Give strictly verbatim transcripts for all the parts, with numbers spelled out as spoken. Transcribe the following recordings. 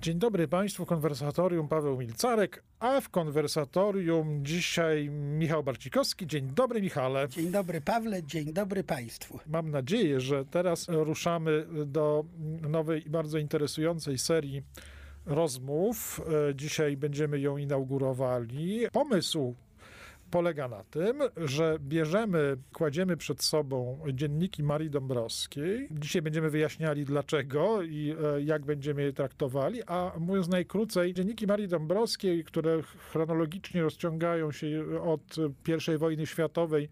Dzień dobry Państwu, konwersatorium Paweł Milcarek, a w konwersatorium dzisiaj Michał Barcikowski. Dzień dobry, Michale. Dzień dobry, Pawle, dzień dobry Państwu. Mam nadzieję, że teraz ruszamy do nowej i bardzo interesującej serii rozmów. Dzisiaj będziemy ją inaugurowali. Pomysł polega na tym, że bierzemy, kładziemy przed sobą dzienniki Marii Dąbrowskiej. Dzisiaj będziemy wyjaśniali dlaczego i e, jak będziemy je traktowali, a mówiąc najkrócej, dzienniki Marii Dąbrowskiej, które chronologicznie rozciągają się od pierwszej wojny światowej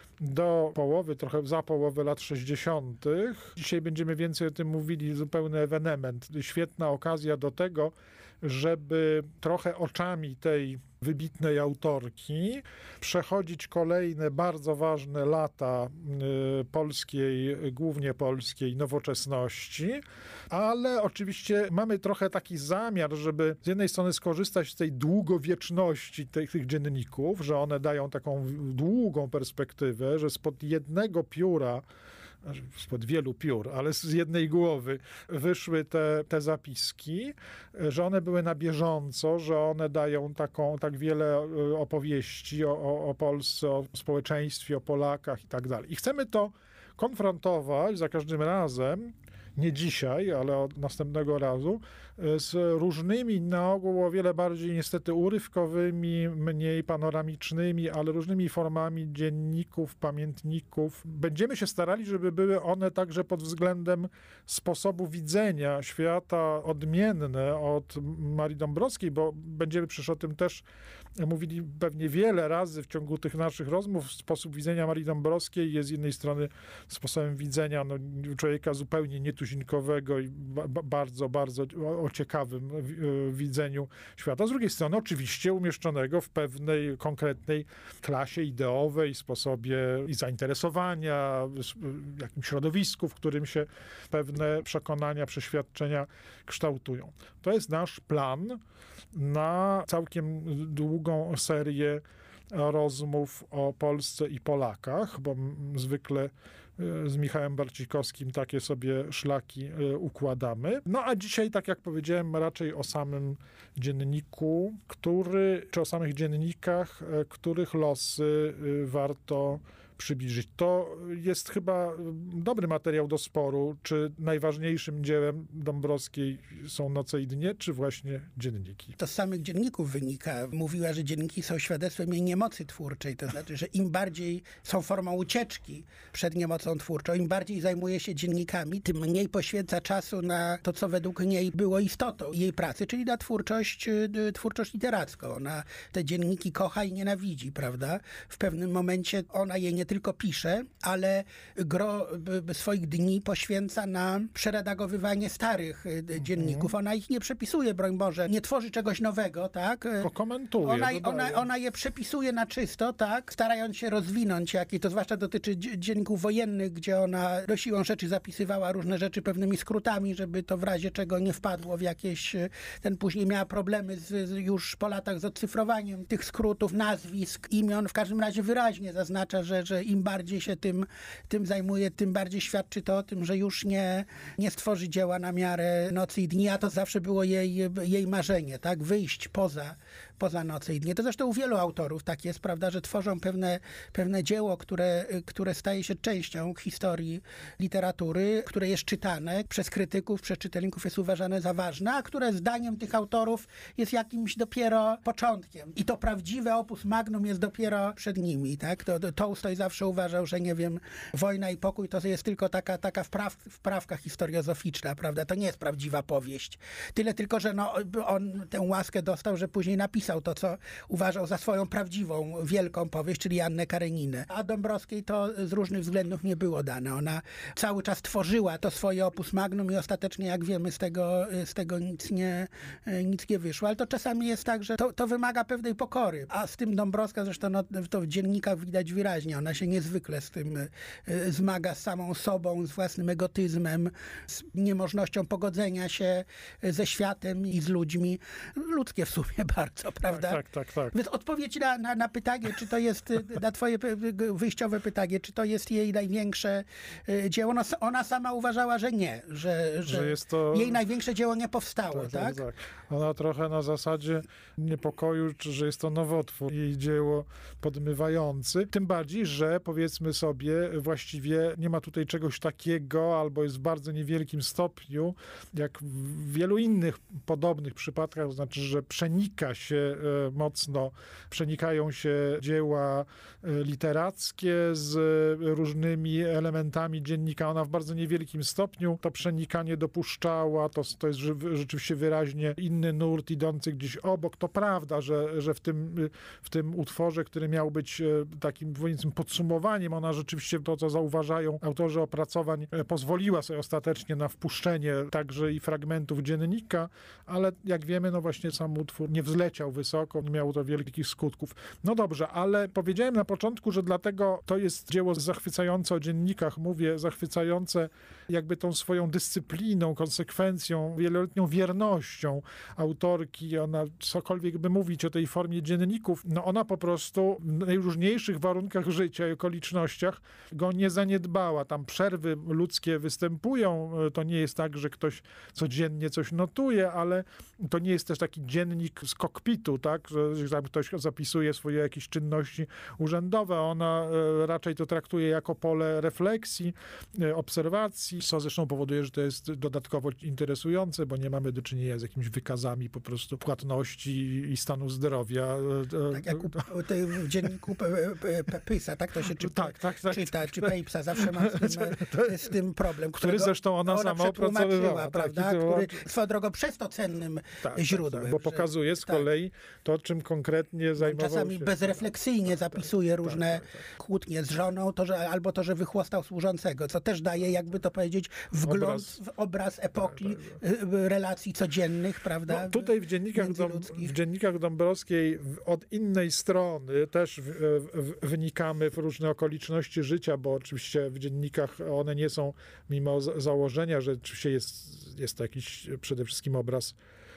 do połowy, trochę za połowę lat sześćdziesiątych. Dzisiaj będziemy więcej o tym mówili, zupełny ewenement. Świetna okazja do tego, żeby trochę oczami tej wybitnej autorki przechodzić kolejne bardzo ważne lata y, polskiej, głównie polskiej nowoczesności, ale oczywiście mamy trochę taki zamiar, żeby z jednej strony skorzystać z tej długowieczności tych, tych dzienników, że one dają taką długą perspektywę, że spod jednego pióra, spod wielu piór, ale z jednej głowy wyszły te, te zapiski, że one były na bieżąco, że one dają taką, tak wiele opowieści o, o, o Polsce, o społeczeństwie, o Polakach i tak dalej. I chcemy to konfrontować za każdym razem, nie dzisiaj, ale od następnego razu, z różnymi, na ogół o wiele bardziej niestety urywkowymi, mniej panoramicznymi, ale różnymi formami dzienników, pamiętników. Będziemy się starali, żeby były one także pod względem sposobu widzenia świata odmienne od Marii Dąbrowskiej, bo będziemy przecież o tym też mówili pewnie wiele razy w ciągu tych naszych rozmów. Sposób widzenia Marii Dąbrowskiej jest z jednej strony sposobem widzenia no, człowieka zupełnie nietuzinkowego i ba- bardzo, bardzo o, o ciekawym w, widzeniu świata. Z drugiej strony oczywiście umieszczonego w pewnej konkretnej klasie ideowej, sposobie i zainteresowania, w jakimś środowisku, w którym się pewne przekonania, przeświadczenia kształtują. To jest nasz plan na całkiem długą serię rozmów o Polsce i Polakach, bo zwykle z Michałem Barcikowskim takie sobie szlaki układamy. No a dzisiaj, tak jak powiedziałem, raczej o samym dzienniku, który, czy o samych dziennikach, których losy warto przybliżyć. To jest chyba dobry materiał do sporu, czy najważniejszym dziełem Dąbrowskiej są Noce i dnie, czy właśnie dzienniki. To z samych dzienników wynika. Mówiła, że dzienniki są świadectwem jej niemocy twórczej. To znaczy, że im bardziej są formą ucieczki przed niemocą twórczą, im bardziej zajmuje się dziennikami, tym mniej poświęca czasu na to, co według niej było istotą jej pracy, czyli na twórczość, twórczość literacką. Ona te dzienniki kocha i nienawidzi, prawda? W pewnym momencie ona je nie tylko pisze, ale gro swoich dni poświęca na przeredagowywanie starych dzienników. Ona ich nie przepisuje, broń Boże, nie tworzy czegoś nowego, tak? To komentuje. Ona, ona, ona je przepisuje na czysto, tak? Starając się rozwinąć, jak i to zwłaszcza dotyczy dzienników wojennych, gdzie ona do siłą rzeczy zapisywała różne rzeczy pewnymi skrótami, żeby to w razie czego nie wpadło w jakieś... Ten później miała problemy z, z już po latach z odcyfrowaniem tych skrótów, nazwisk, imion. W każdym razie wyraźnie zaznacza, że, że im bardziej się tym, tym zajmuje, tym bardziej świadczy to o tym, że już nie, nie stworzy dzieła na miarę Nocy i dni, a to zawsze było jej, jej marzenie, tak? Wyjść poza, poza Noce i dnie. To zresztą u wielu autorów tak jest, prawda, że tworzą pewne, pewne dzieło, które, które staje się częścią historii literatury, które jest czytane przez krytyków, przez czytelników jest uważane za ważne, a które zdaniem tych autorów jest jakimś dopiero początkiem. I to prawdziwe opus magnum jest dopiero przed nimi, tak? To, to Tolstoj zawsze uważał, że nie wiem, Wojna i pokój to jest tylko taka, taka wpraw, wprawka historiozoficzna, prawda? To nie jest prawdziwa powieść. Tyle tylko, że no, on tę łaskę dostał, że później napisał to, co uważał za swoją prawdziwą, wielką powieść, czyli Annę Kareninę. A Dąbrowskiej to z różnych względów nie było dane. Ona cały czas tworzyła to swoje opus magnum i ostatecznie, jak wiemy, z tego, z tego nic, nie, nic nie wyszło. Ale to czasami jest tak, że to, to wymaga pewnej pokory. A z tym Dąbrowska, zresztą no, to w dziennikach widać wyraźnie, ona Ona się niezwykle z tym y, zmaga, z samą sobą, z własnym egotyzmem, z niemożnością pogodzenia się ze światem i z ludźmi. Ludzkie w sumie bardzo, prawda? Tak, tak, tak. tak. Więc odpowiedź na, na, na pytanie, czy to jest, na twoje wyjściowe pytanie, czy to jest jej największe dzieło, ona, ona sama uważała, że nie, że, że, że jest to... jej największe dzieło nie powstało, tak? tak? tak, tak. Ona trochę na zasadzie niepokoju, że jest to nowotwór, jej dzieło podmywający. Tym bardziej, że powiedzmy sobie, właściwie nie ma tutaj czegoś takiego, albo jest w bardzo niewielkim stopniu, jak w wielu innych podobnych przypadkach, to znaczy, że przenika się mocno, przenikają się dzieła literackie z różnymi elementami dziennika. Ona w bardzo niewielkim stopniu to przenikanie dopuszczała, to, to jest rzeczywiście wyraźnie inny nurt idący gdzieś obok. To prawda, że, że w, tym, w tym utworze, który miał być takim powiedzmy podsumowaniem, ona rzeczywiście to, co zauważają autorzy opracowań, pozwoliła sobie ostatecznie na wpuszczenie także i fragmentów dziennika, ale jak wiemy, no właśnie sam utwór nie wzleciał wysoko, nie miało to wielkich skutków. No dobrze, ale powiedziałem na początku, że dlatego to jest dzieło zachwycające, o dziennikach mówię, zachwycające jakby tą swoją dyscypliną, konsekwencją, wieloletnią wiernością autorki. Ona, cokolwiek by mówić o tej formie dzienników, no ona po prostu w najróżniejszych warunkach życia i okolicznościach go nie zaniedbała. Tam przerwy ludzkie występują. To nie jest tak, że ktoś codziennie coś notuje, ale to nie jest też taki dziennik z kokpitu, tak, że tam ktoś zapisuje swoje jakieś czynności urzędowe. Ona raczej to traktuje jako pole refleksji, obserwacji, co zresztą powoduje, że to jest dodatkowo interesujące, bo nie mamy do czynienia z jakimiś wykazami po prostu płatności i stanu zdrowia. Tak jak u, w dzienniku Pepysa, tak to się czy, tak, tak, tak, czyta, czy Pepysa, zawsze mam z tym, z tym problem. Który zresztą ona, ona sama opracowywała. Prawda? Tak, który swoją drogą przez to cennym tak, źródłem. Tak, bo pokazuje z kolei tak. to, czym konkretnie zajmował Czasami się. bezrefleksyjnie zapisuje tak, różne tak, tak, tak. kłótnie z żoną, to, że, albo to, że wychłostał służącego, co też daje, jakby to powiedzieć, wgląd obraz. w obraz epoki tak, tak, tak. relacji codziennych, prawda? No, tutaj w dziennikach, Dom, w dziennikach Dąbrowskiej od innej strony też w, w, wnikamy w różne okoliczności życia, bo oczywiście w dziennikach one nie są, mimo założenia, że oczywiście jest, jest to jakiś przede wszystkim obraz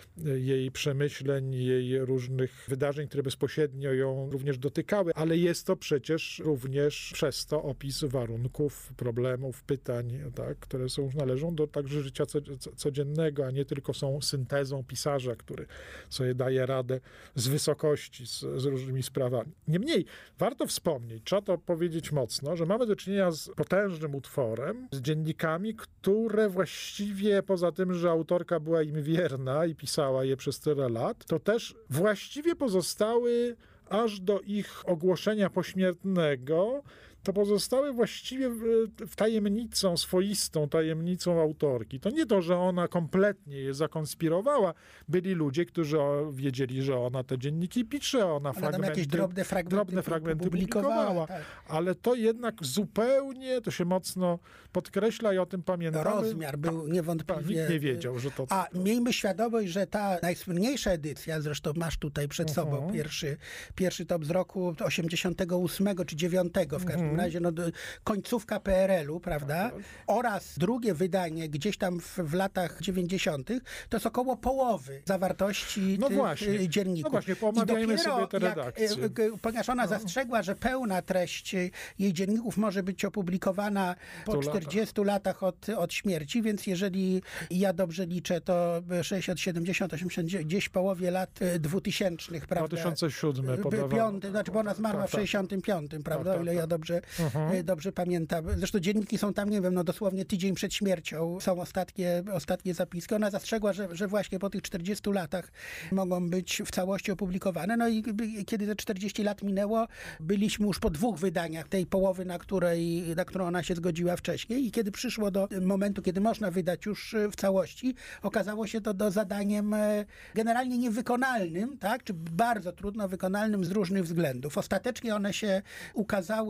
jej przemyśleń, jej różnych wydarzeń, które bezpośrednio ją również dotykały, ale jest to przecież również przez to opis warunków, problemów, pytań, tak, które są, należą do także życia codziennego, a nie tylko są syntezą pisarza, który sobie daje radę z wysokości, z, z różnymi sprawami. Niemniej, warto wspomnieć, trzeba to powiedzieć mocno, że mamy do czynienia z potężnym utworem, z dziennikami, które właściwie poza tym, że autorka była im wierna i pisała je przez tyle lat, to też właściwie pozostały aż do ich ogłoszenia pośmiertnego, to pozostały właściwie w tajemnicą, swoistą tajemnicą autorki. To nie to, że ona kompletnie je zakonspirowała. Byli ludzie, którzy wiedzieli, że ona te dzienniki pisze, ona fragmenty, jakieś drobne fragmenty, drobne fragmenty publikowała. Tak. Ale to jednak zupełnie, to się mocno podkreśla i o tym pamiętamy. Rozmiar był niewątpliwie... Ta, nikt nie wiedział, że to... A miejmy świadomość, że ta najsłynniejsza edycja, zresztą masz tutaj przed uh-huh. sobą pierwszy, pierwszy tom z roku osiemdziesiątego ósmego czy dziewiątego w każdym uh-huh. razie, no, końcówka P R L u, prawda? Tak, tak. Oraz drugie wydanie gdzieś tam w, w latach dziewięćdziesiątych, to jest około połowy zawartości no tych właśnie. dzienników. No właśnie, pomawiajmy sobie te redakcje. Jak, ponieważ ona no. zastrzegła, że pełna treść jej dzienników może być opublikowana po czterdziestu latach od, od śmierci, więc jeżeli ja dobrze liczę, to sześćdziesiąt, siedemdziesiąt, osiemdziesiąt, gdzieś w połowie lat dwutysięcznych, prawda? dwa tysiące siódmy podawano. Piąty, znaczy, bo ona zmarła tak, w sześćdziesiątym piątym, prawda? Tak, o ile tak, ja dobrze, uh-huh. dobrze pamiętam. Zresztą dzienniki są tam, nie wiem, no dosłownie tydzień przed śmiercią są ostatnie, ostatnie zapiski. Ona zastrzegła, że, że właśnie po tych czterdziestu latach mogą być w całości opublikowane. No i kiedy te czterdzieści lat minęło, byliśmy już po dwóch wydaniach tej połowy, na, której, na którą ona się zgodziła wcześniej. I kiedy przyszło do momentu, kiedy można wydać już w całości, okazało się to do zadaniem generalnie niewykonalnym, tak? Czy bardzo trudno wykonalnym z różnych względów. Ostatecznie one się ukazały w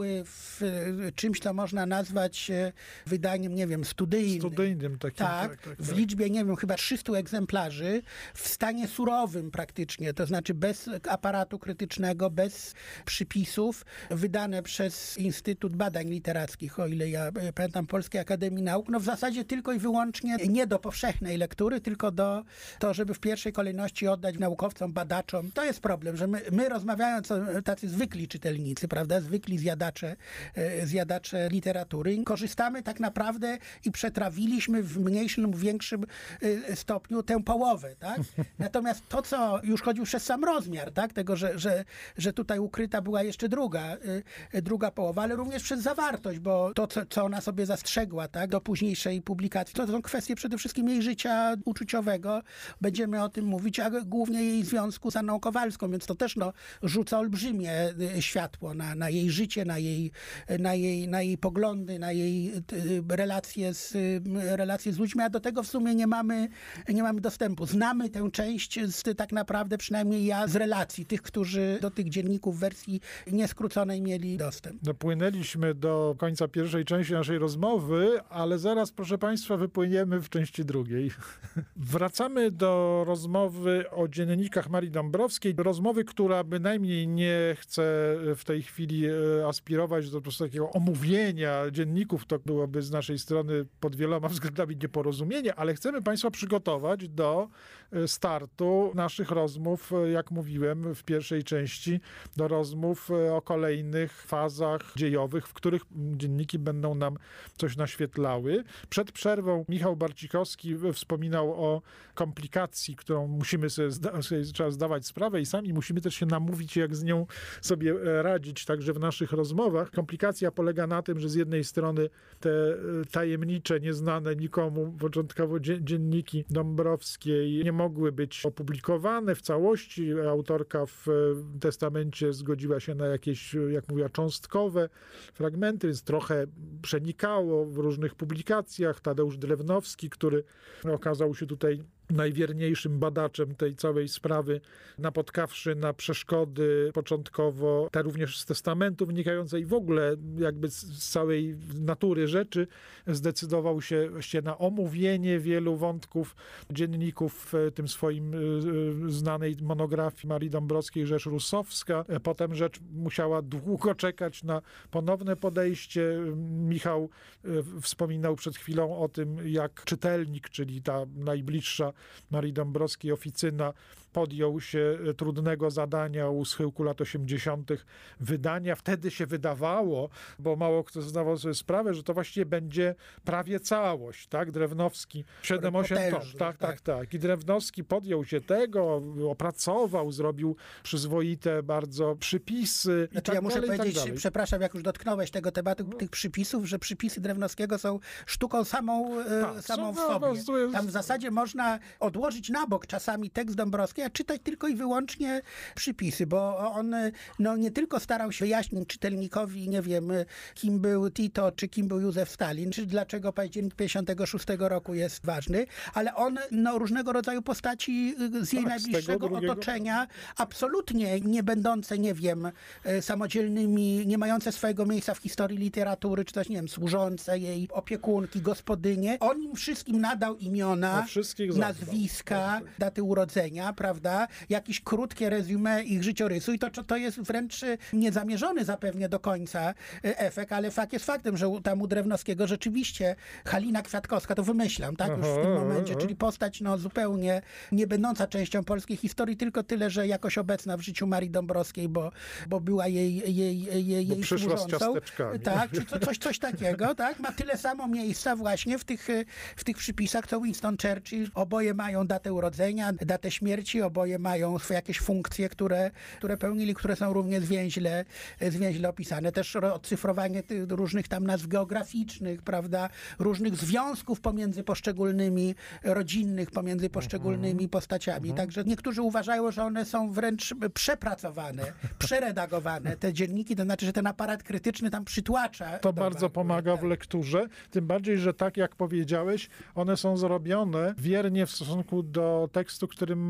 w czymś, co można nazwać wydaniem, nie wiem, studyjnym. Studyjnym takim. Tak, tak, tak, w tak. liczbie, nie wiem, chyba trzystu egzemplarzy, w stanie surowym praktycznie, to znaczy bez aparatu krytycznego, bez przypisów, wydane przez Instytut Badań Literackich, o ile ja pamiętam, Polskiej Akademii Nauk, no w zasadzie tylko i wyłącznie nie do powszechnej lektury, tylko do to, żeby w pierwszej kolejności oddać naukowcom, badaczom. To jest problem, że my, my rozmawiając, tacy zwykli czytelnicy, prawda, zwykli zjadacze, zjadacze literatury, korzystamy tak naprawdę i przetrawiliśmy w mniejszym lub większym stopniu tę połowę, tak? Natomiast to, co już chodził przez sam rozmiar, tak, tego, że, że, że tutaj ukryta była jeszcze druga, druga połowa, ale również przez zawartość, bo to, co, co ona sobie zastrzegła, tak, do późniejszej publikacji, to są kwestie przede wszystkim jej życia uczuciowego. Będziemy o tym mówić, a głównie jej związku z Anną Kowalską, więc to też no, rzuca olbrzymie światło na, na jej życie, na jej, na, jej, na jej poglądy, na jej relacje z, relacje z ludźmi, a do tego w sumie nie mamy, nie mamy dostępu. Znamy tę część z, tak naprawdę, przynajmniej ja, z relacji tych, którzy do tych dzienników w wersji nieskróconej mieli dostęp. Dopłynęliśmy do końca pierwszej części naszej rozmowy, ale zaraz, proszę Państwa, wypłyniemy w części drugiej. Wracamy do rozmowy o dziennikach Marii Dąbrowskiej. Rozmowy, która bynajmniej nie chce w tej chwili aspirować do po prostu takiego omówienia dzienników. To byłoby z naszej strony pod wieloma względami nieporozumienie, ale chcemy Państwa przygotować do startu naszych rozmów, jak mówiłem w pierwszej części, do rozmów o kolejnych fazach dziejowych, w których dzienniki będą nam coś naświetlały. Przed przerwą Michał Barcikowski wspominał o komplikacji, którą musimy sobie, zda- sobie trzeba zdawać sprawę i sami musimy też się namówić, jak z nią sobie radzić, także w naszych rozmowach. Komplikacja polega na tym, że z jednej strony te tajemnicze, nieznane nikomu początkowo dzienniki Dąbrowskiej nie mogły być opublikowane w całości. Autorka w testamencie zgodziła się na jakieś, jak mówiła, cząstkowe fragmenty, więc trochę przenikało w różnych publikacjach. Tadeusz Drewnowski, który okazał się tutaj najwierniejszym badaczem tej całej sprawy, napotkawszy na przeszkody początkowo, te również z testamentu wynikające i w ogóle jakby z całej natury rzeczy, zdecydował się właściwie na omówienie wielu wątków dzienników w tym swoim znanej monografii Marii Dąbrowskiej Rzecz Rusowska. Potem rzecz musiała długo czekać na ponowne podejście. Michał wspominał przed chwilą o tym, jak czytelnik, czyli ta najbliższa Marii Dąbrowskiej oficyna, podjął się trudnego zadania u schyłku lat osiemdziesiątych wydania. Wtedy się wydawało, bo mało kto zdawał sobie sprawę, że to właściwie będzie prawie całość, tak? Drewnowski, siedem osiem tom, tak, tak, tak, tak. I Drewnowski podjął się tego, opracował, zrobił przyzwoite bardzo przypisy. Znaczy, i tak ja muszę dalej, powiedzieć, tak dalej. przepraszam, jak już dotknąłeś tego tematu, tych przypisów, że przypisy Drewnowskiego są sztuką samą, e, Tak, samą w są, sobie. no, jest... Tam w zasadzie można odłożyć na bok czasami tekst Dąbrowskiej, a czytać tylko i wyłącznie przypisy, bo on no, nie tylko starał się wyjaśnić czytelnikowi, nie wiem, kim był Tito, czy kim był Józef Stalin, czy dlaczego październik pięćdziesiątego szóstego roku jest ważny, ale on no, różnego rodzaju postaci z jej tak, najbliższego z drugiego... otoczenia, absolutnie nie będące, nie wiem, samodzielnymi, nie mające swojego miejsca w historii literatury, czy też, nie wiem, służące jej opiekunki, gospodynie. On im wszystkim nadał imiona, nazwiska, daty urodzenia, prawda? Jakieś krótkie resume ich życiorysu i to, to jest wręcz niezamierzony zapewne do końca efekt, ale fakt jest faktem, że tam u Drewnowskiego rzeczywiście Halina Kwiatkowska, to wymyślam, tak? Już w tym momencie, czyli postać no, zupełnie nie będąca częścią polskiej historii, tylko tyle, że jakoś obecna w życiu Marii Dąbrowskiej, bo, bo była jej, jej, jej, jej bo przyszła z służącą. ciasteczkami. Tak, czy to, coś, coś takiego, tak? Ma tyle samo miejsca właśnie w tych, w tych przypisach, co Winston Churchill. Oboje mają datę urodzenia, datę śmierci, oboje mają jakieś funkcje, które, które pełnili, które są również zwięźle, zwięźle opisane. Też odcyfrowanie tych różnych tam nazw geograficznych, prawda? Różnych związków pomiędzy poszczególnymi, rodzinnych, pomiędzy poszczególnymi postaciami. Także niektórzy uważają, że one są wręcz przepracowane, przeredagowane, te dzienniki, to znaczy, że ten aparat krytyczny tam przytłacza. To bardzo pomaga tak. w lekturze, tym bardziej, że tak jak powiedziałeś, one są zrobione wiernie w stosunku do tekstu, którym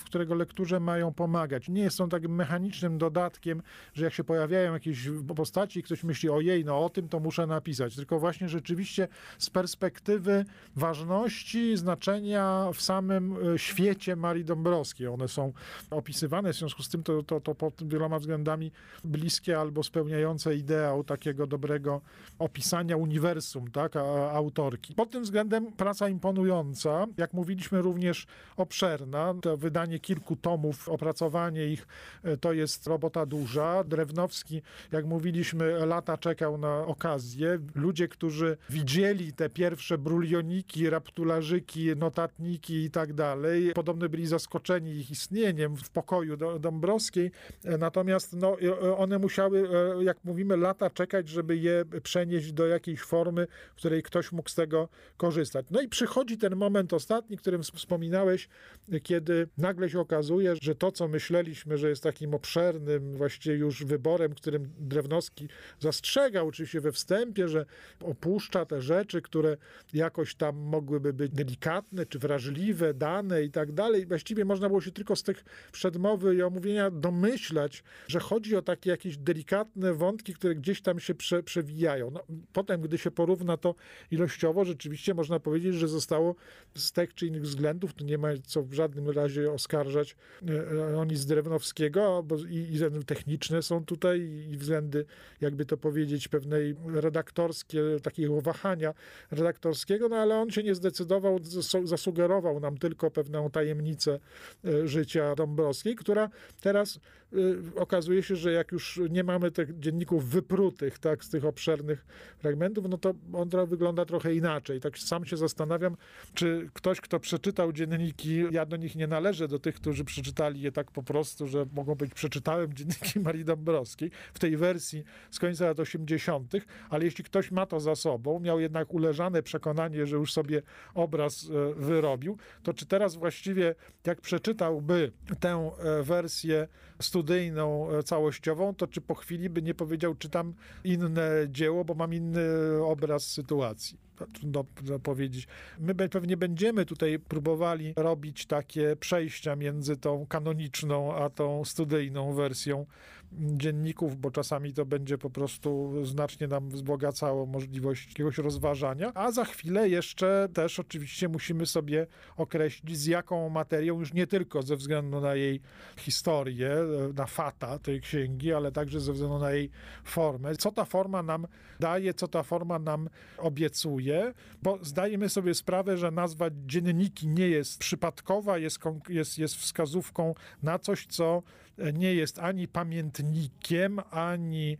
w którego lekturze mają pomagać. Nie są takim mechanicznym dodatkiem, że jak się pojawiają jakieś postaci i ktoś myśli, ojej, no o tym to muszę napisać, tylko właśnie rzeczywiście z perspektywy ważności, znaczenia w samym świecie Marii Dąbrowskiej. One są opisywane, w związku z tym to, to, to pod wieloma względami bliskie albo spełniające ideał takiego dobrego opisania uniwersum, tak, a, autorki. Pod tym względem praca imponująca, jak mówiliśmy, również obszerna. To wydanie kilku tomów, opracowanie ich to jest robota duża. Drewnowski, jak mówiliśmy, lata czekał na okazję. Ludzie, którzy widzieli te pierwsze brulioniki, raptularzyki, notatniki i tak dalej, podobno byli zaskoczeni ich istnieniem w pokoju Dąbrowskiej. Natomiast no, one musiały, jak mówimy, lata czekać, żeby je przenieść do jakiejś formy, w której ktoś mógł z tego korzystać. No i przychodzi ten moment ostatni, którym wspominałeś, kiedy nagle się okazuje, że to, co myśleliśmy, że jest takim obszernym właściwie już wyborem, którym Drewnowski zastrzegał oczywiście we wstępie, że opuszcza te rzeczy, które jakoś tam mogłyby być delikatne, czy wrażliwe, dane i tak dalej. Właściwie można było się tylko z tych przedmowy i omówienia domyślać, że chodzi o takie jakieś delikatne wątki, które gdzieś tam się prze, przewijają. No, potem, gdy się porówna to ilościowo, rzeczywiście można powiedzieć, że zostało z tych czy innych względów, tu nie ma co w żadnym razie oskarżać e, o nic Drewnowskiego, bo i, i względy techniczne są tutaj, i względy, jakby to powiedzieć, pewnej redaktorskie, takiego wahania redaktorskiego, no ale on się nie zdecydował, zasugerował nam tylko pewną tajemnicę e, życia Dąbrowskiej, która teraz e, okazuje się, że jak już nie mamy tych dzienników wyprutych, tak, z tych obszernych fragmentów, no to on trochę wygląda trochę inaczej. Tak sam się zastanawiam, czy ktoś, kto przeczytał dzienniki, ja do nich nie należę, do tych, którzy przeczytali je tak po prostu, że mogą być, przeczytałem dzienniki Marii Dąbrowskiej w tej wersji z końca lat osiemdziesiątych, ale jeśli ktoś ma to za sobą, miał jednak uleżane przekonanie, że już sobie obraz wyrobił, to czy teraz właściwie, jak przeczytałby tę wersję studyjną, całościową, to czy po chwili by nie powiedział, czytam inne dzieło, bo mam inny obraz sytuacji. Trudno powiedzieć. My pewnie będziemy tutaj próbowali robić takie przejścia między tą kanoniczną, a tą studyjną wersją dzienników, bo czasami to będzie po prostu znacznie nam wzbogacało możliwość jakiegoś rozważania, a za chwilę jeszcze też oczywiście musimy sobie określić, z jaką materią, już nie tylko ze względu na jej historię, na fata tej księgi, ale także ze względu na jej formę. Co ta forma nam daje, co ta forma nam obiecuje, bo zdajemy sobie sprawę, że nazwa dzienniki nie jest przypadkowa, jest, jest, jest wskazówką na coś, co nie jest ani pamiętnikiem, ani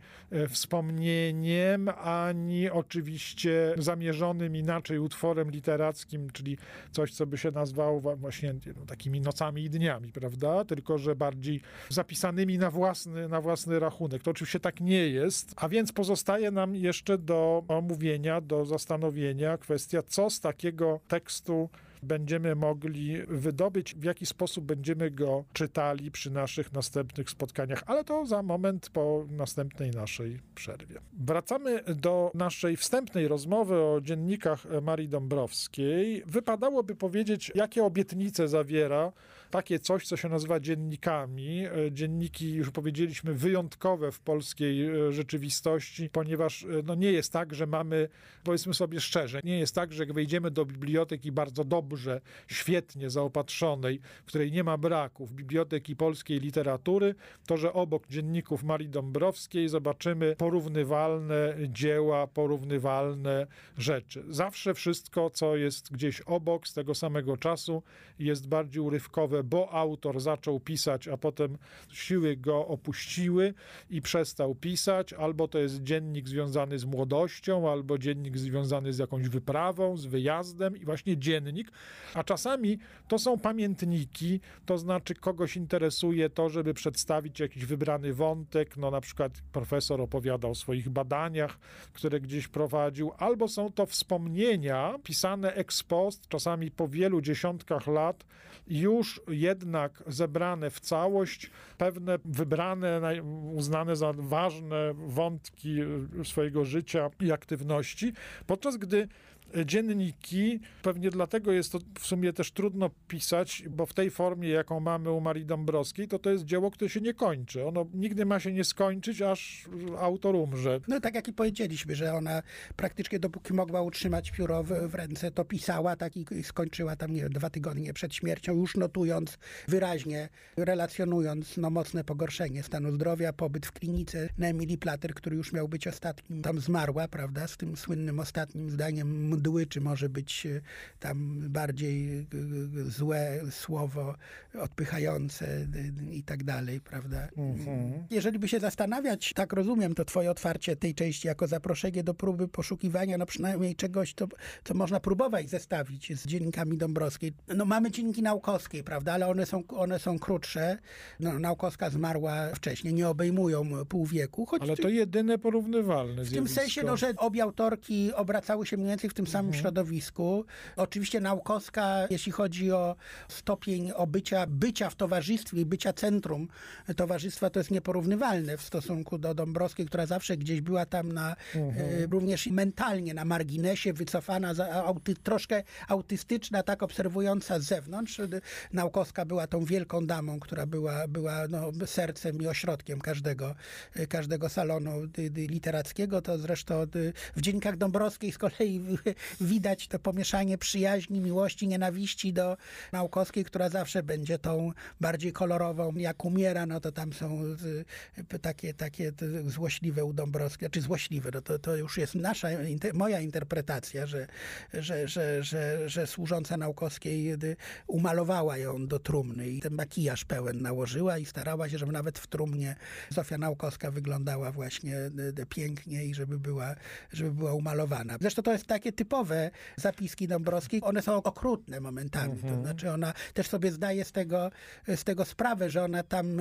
wspomnieniem, ani oczywiście zamierzonym inaczej utworem literackim, czyli coś, co by się nazwało właśnie no, takimi nocami i dniami, prawda? Tylko że bardziej zapisanymi na własny, na własny rachunek. To oczywiście tak nie jest, a więc pozostaje nam jeszcze do omówienia, do zastanowienia kwestia, co z takiego tekstu będziemy mogli wydobyć, w jaki sposób będziemy go czytali przy naszych następnych spotkaniach, ale to za moment po następnej naszej przerwie. Wracamy do naszej wstępnej rozmowy o dziennikach Marii Dąbrowskiej. Wypadałoby powiedzieć, jakie obietnice zawiera takie coś, co się nazywa dziennikami. Dzienniki, już powiedzieliśmy, wyjątkowe w polskiej rzeczywistości, ponieważ no, nie jest tak, że mamy, powiedzmy sobie szczerze, nie jest tak, że jak wejdziemy do biblioteki bardzo dobrze, świetnie zaopatrzonej, w której nie ma braków, biblioteki polskiej literatury, to, że obok dzienników Marii Dąbrowskiej zobaczymy porównywalne dzieła, porównywalne rzeczy. Zawsze wszystko, co jest gdzieś obok, z tego samego czasu, jest bardziej urywkowe, bo autor zaczął pisać, a potem siły go opuściły i przestał pisać, albo to jest dziennik związany z młodością, albo dziennik związany z jakąś wyprawą, z wyjazdem i właśnie dziennik, a czasami to są pamiętniki, to znaczy kogoś interesuje to, żeby przedstawić jakiś wybrany wątek, no na przykład profesor opowiada o swoich badaniach, które gdzieś prowadził, albo są to wspomnienia pisane ex post, czasami po wielu dziesiątkach lat, już jednak zebrane w całość, pewne wybrane, uznane za ważne wątki swojego życia i aktywności, podczas gdy dzienniki. Pewnie dlatego jest to w sumie też trudno pisać, bo w tej formie, jaką mamy u Marii Dąbrowskiej, to to jest dzieło, które się nie kończy. Ono nigdy ma się nie skończyć, aż autor umrze. No tak jak i powiedzieliśmy, że ona praktycznie dopóki mogła utrzymać pióro w, w ręce, to pisała, tak i, i skończyła tam, nie wiem, dwa tygodnie przed śmiercią, już notując wyraźnie, relacjonując no, mocne pogorszenie stanu zdrowia, pobyt w klinice na Emilii Plater, który już miał być ostatnim, tam zmarła, prawda, z tym słynnym ostatnim zdaniem mdły, czy może być tam bardziej złe słowo odpychające i tak dalej, prawda. Mhm. Jeżeli by się zastanawiać, tak rozumiem to twoje otwarcie tej części jako zaproszenie do próby poszukiwania, no przynajmniej czegoś, to, co można próbować zestawić z dziennikami Dąbrowskiej. No mamy dzienniki Naukowskiej, prawda, ale one są, one są krótsze. No, Naukowska zmarła wcześniej, nie obejmują pół wieku. Choć ale to jedyne porównywalne w tym sensie, no, że obie autorki obracały się mniej więcej w tym samym mhm. środowisku. Oczywiście Naukowska, jeśli chodzi o stopień obycia, bycia w towarzystwie i bycia centrum towarzystwa, to jest nieporównywalne w stosunku do Dąbrowskiej, która zawsze gdzieś była tam na, mhm. y, również mentalnie na marginesie, wycofana, za, auty, troszkę autystyczna, tak obserwująca z zewnątrz. Naukowska była tą wielką damą, która była, była no, sercem i ośrodkiem każdego, każdego salonu literackiego. To zresztą w dziennikach Dąbrowskiej z kolei widać to pomieszanie przyjaźni, miłości, nienawiści do Naukowskiej, która zawsze będzie tą bardziej kolorową. Jak umiera, no to tam są takie, takie złośliwe u Dąbrowskiej, czy złośliwe, no to, to już jest nasza, moja interpretacja, że, że, że, że, że służąca Naukowskiej umalowała ją do trumny i ten makijaż pełen nałożyła i starała się, żeby nawet w trumnie Zofia Naukowska wyglądała właśnie pięknie i żeby była, żeby była umalowana. Zresztą to jest takie typowe zapiski Dąbrowskiej. One są okrutne momentami. Mhm. To znaczy ona też sobie zdaje z tego, z tego sprawę, że ona tam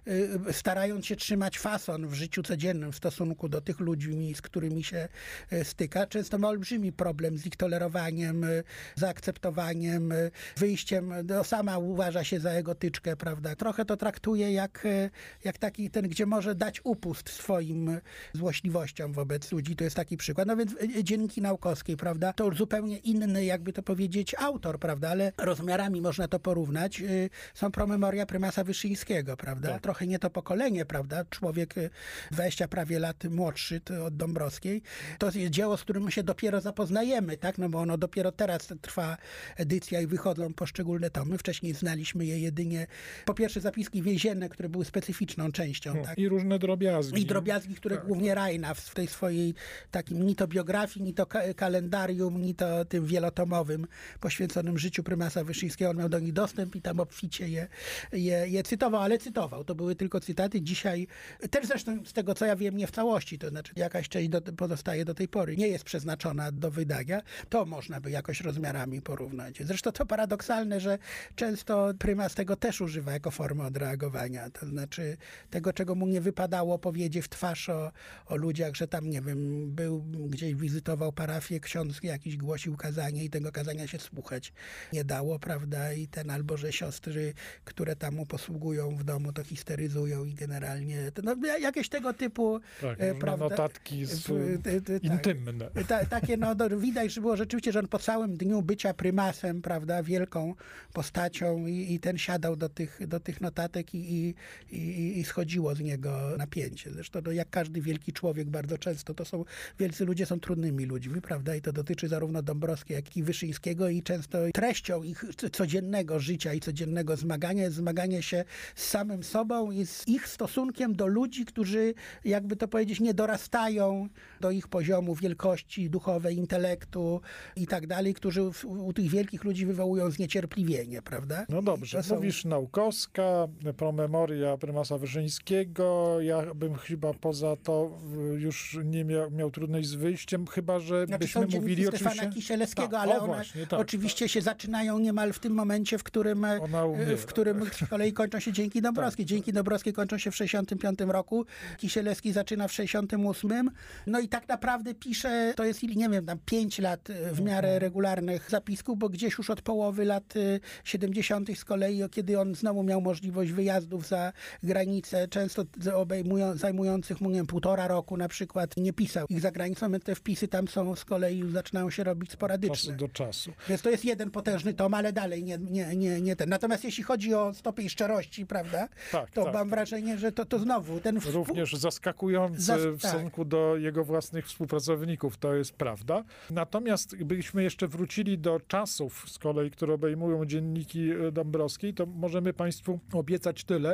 starając się trzymać fason w życiu codziennym w stosunku do tych ludzi, z którymi się styka, często ma olbrzymi problem z ich tolerowaniem, zaakceptowaniem, wyjściem. No, sama uważa się za egotyczkę, prawda? Trochę to traktuje jak, jak taki ten, gdzie może dać upust swoim złośliwościom wobec ludzi. To jest taki przykład. No więc dzienniki Naukowskiej, prawda? To już zupełnie inny, jakby to powiedzieć, autor, prawda? Ale rozmiarami można to porównać. Są promemoria prymasa Wyszyńskiego, prawda? Tak. Trochę nie to pokolenie, prawda? Człowiek dwadzieścia prawie lat młodszy od Dąbrowskiej. To jest dzieło, z którym my się dopiero zapoznajemy, tak? No bo ono dopiero teraz trwa edycja i wychodzą poszczególne tomy. Wcześniej znaliśmy je jedynie, po pierwsze zapiski więzienne, które były specyficzną częścią. No, tak? I różne drobiazgi. I drobiazgi, które tak. głównie Rajna w tej swojej takim ni to biografii, ni to ka- kalendarium, ni to tym wielotomowym poświęconym życiu prymasa Wyszyńskiego. On miał do nich dostęp i tam obficie je, je, je cytował, ale cytował. To były tylko cytaty. Dzisiaj, też zresztą z tego, co ja wiem, nie w całości, to znaczy jakaś część do, pozostaje do tej pory, nie jest przeznaczona do wydania. To można by jakoś rozmiarami porównać. Zresztą to paradoksalne, że często prymas tego też używa jako formy odreagowania. To znaczy tego, czego mu nie wypadało powiedzieć w twarz o, o ludziach, że tam, nie wiem, był, gdzieś wizytował parafię, ksiądz jakiś głosił kazanie i tego kazania się słuchać nie dało, prawda? I ten albo, że siostry, które tam mu posługują w domu, to histeryzują i generalnie, to, no, jakieś tego typu, tak, e, prawda? notatki z, e, e, intymne. Ta, takie, no, do, widać, że było rzeczywiście, że on po całym dniu bycia prymasem, prawda, wielką postacią i, i ten siadał do tych, do tych notatek i, i, i, i schodziło z niego napięcie. Zresztą no, jak każdy wielki człowiek bardzo często, to są, wielcy ludzie są trudnymi ludźmi, prawda, i to dotyczy zarówno Dąbrowskiej, jak i Wyszyńskiego i często treścią ich codziennego życia i codziennego zmagania jest zmaganie się z samym sobą i z ich stosunkiem do ludzi, którzy, jakby to powiedzieć, nie dorastają do ich poziomu wielkości duchowej, intelektu i tak dalej, którzy u, u tych wielkich ludzi wywołują zniecierpliwienie, prawda? No dobrze, są... mówisz Naukowska, promemoria prymasa Wyszyńskiego, ja bym chyba poza to już nie miał, miał trudność z wyjściem, chyba, że znaczy, byśmy mówili Stefana oczywiście... Kisielewskiego, tak, ale o, one właśnie, tak, oczywiście tak. się zaczynają niemal w tym momencie, w którym, w którym z kolei kończą się Dzięki Dąbrowskiej. tak. Dzięki Dąbrowskiej kończą się w sześćdziesiątym piątym roku, Kisielewski zaczyna w sześćdziesiątym ósmym. No i tak naprawdę pisze, to jest, nie wiem, tam pięć lat w miarę regularnych zapisków, bo gdzieś już od połowy lat siedemdziesiątych z kolei, kiedy on znowu miał możliwość wyjazdów za granicę, często obejmują, zajmujących mu, nie wiem, półtora roku na przykład, nie pisał ich za granicą, te wpisy tam są z kolei zaczynają się robić sporadyczne. Czasu do czasu. Więc to jest jeden potężny tom, ale dalej nie, nie, nie, nie ten. Natomiast jeśli chodzi o stopień szczerości, prawda, Tak, to tak, mam tak. wrażenie, że to, to znowu ten... Wpł- Również zaskakujący Zas- w tak. stosunku do jego własnych współpracowników, to jest prawda. Natomiast gdybyśmy jeszcze wrócili do czasów z kolei, które obejmują dzienniki Dąbrowskiej, to możemy Państwu obiecać tyle,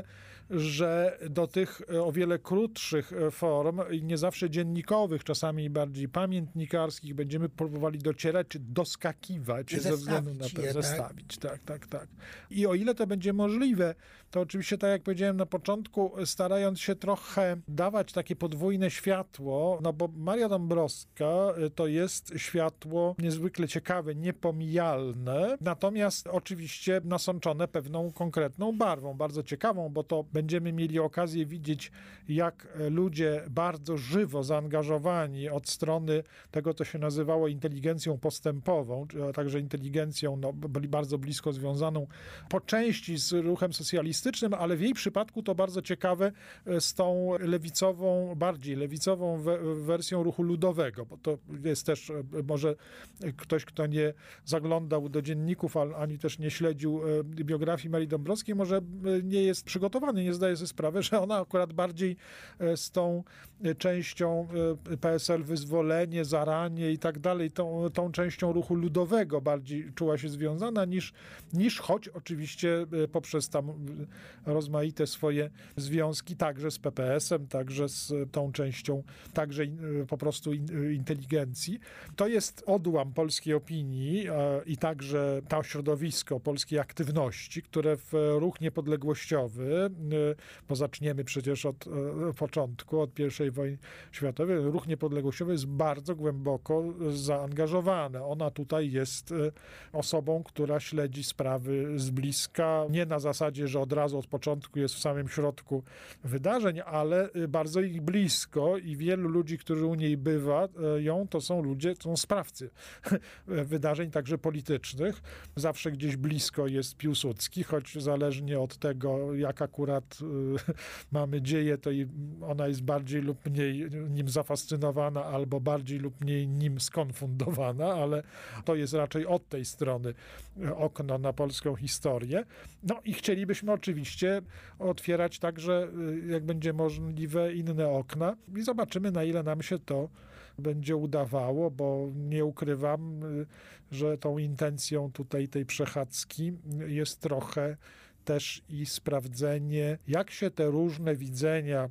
że do tych o wiele krótszych form i nie zawsze dziennikowych, czasami bardziej pamiętnikarskich będziemy próbowali docierać czy doskakiwać ze względu na Zestawić je, to, tak? zestawić. Tak, tak, tak. I o ile to będzie możliwe, to oczywiście, tak jak powiedziałem na początku, starając się trochę dawać takie podwójne światło, no bo Maria Dąbrowska to jest światło niezwykle ciekawe, niepomijalne, natomiast oczywiście nasączone pewną konkretną barwą, bardzo ciekawą, bo to będziemy mieli okazję widzieć, jak ludzie bardzo żywo zaangażowani od strony tego, co się nazywało inteligencją postępową, a także inteligencją no, byli bardzo blisko związaną po części z ruchem socjalistycznym, ale w jej przypadku to bardzo ciekawe z tą lewicową, bardziej lewicową we, wersją ruchu ludowego, bo to jest też może ktoś, kto nie zaglądał do dzienników, ani też nie śledził biografii Marii Dąbrowskiej, może nie jest przygotowany, nie zdaje sobie sprawy, że ona akurat bardziej z tą częścią P S L Wyzwolenie, Zaranie i tak dalej, tą, tą częścią ruchu ludowego bardziej czuła się związana niż, niż choć oczywiście poprzez tam rozmaite swoje związki, także z P P S-em, także z tą częścią, także po prostu inteligencji. To jest odłam polskiej opinii i także to środowisko polskiej aktywności, które w ruch niepodległościowy, bo zaczniemy przecież od początku, od pierwszej wojny światowej, ruch niepodległościowy jest bardzo głęboko zaangażowany. Ona tutaj jest osobą, która śledzi sprawy z bliska, nie na zasadzie, że od razu od początku jest w samym środku wydarzeń, ale bardzo ich blisko i wielu ludzi, którzy u niej bywa, ją to są ludzie, to są sprawcy wydarzeń także politycznych. Zawsze gdzieś blisko jest Piłsudski, choć zależnie od tego, jak akurat mamy dzieje, to ona jest bardziej lub mniej nim zafascynowana, albo bardziej lub mniej nim skonfundowana, ale to jest raczej od tej strony okno na polską historię. No i chcielibyśmy oczywiście otwierać także, jak będzie możliwe, inne okna i zobaczymy, na ile nam się to będzie udawało, bo nie ukrywam, że tą intencją tutaj tej przechadzki jest trochę też i sprawdzenie, jak się te różne widzenia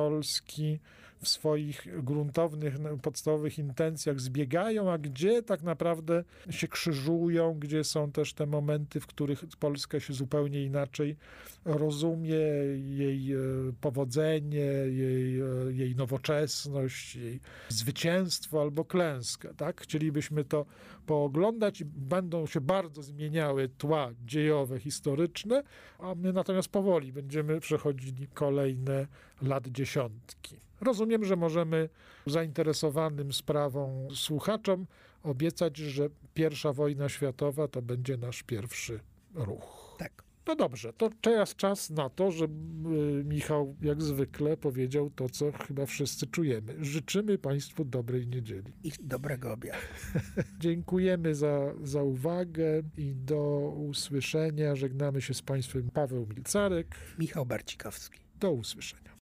Polski w swoich gruntownych, podstawowych intencjach zbiegają, a gdzie tak naprawdę się krzyżują, gdzie są też te momenty, w których Polska się zupełnie inaczej rozumie, jej powodzenie, jej, jej nowoczesność, jej zwycięstwo albo klęskę. Tak? Chcielibyśmy to pooglądać i będą się bardzo zmieniały tła dziejowe, historyczne, a my natomiast powoli będziemy przechodzili kolejne lat dziesiątki. Rozumiem, że możemy zainteresowanym sprawą słuchaczom obiecać, że pierwsza wojna światowa to będzie nasz pierwszy ruch. Tak. No dobrze, to teraz czas na to, żeby Michał jak zwykle powiedział to, co chyba wszyscy czujemy. Życzymy Państwu dobrej niedzieli. I dobrego obiadu. Dziękujemy za, za uwagę i do usłyszenia. Żegnamy się z Państwem Paweł Milcarek. Michał Barcikowski. Do usłyszenia.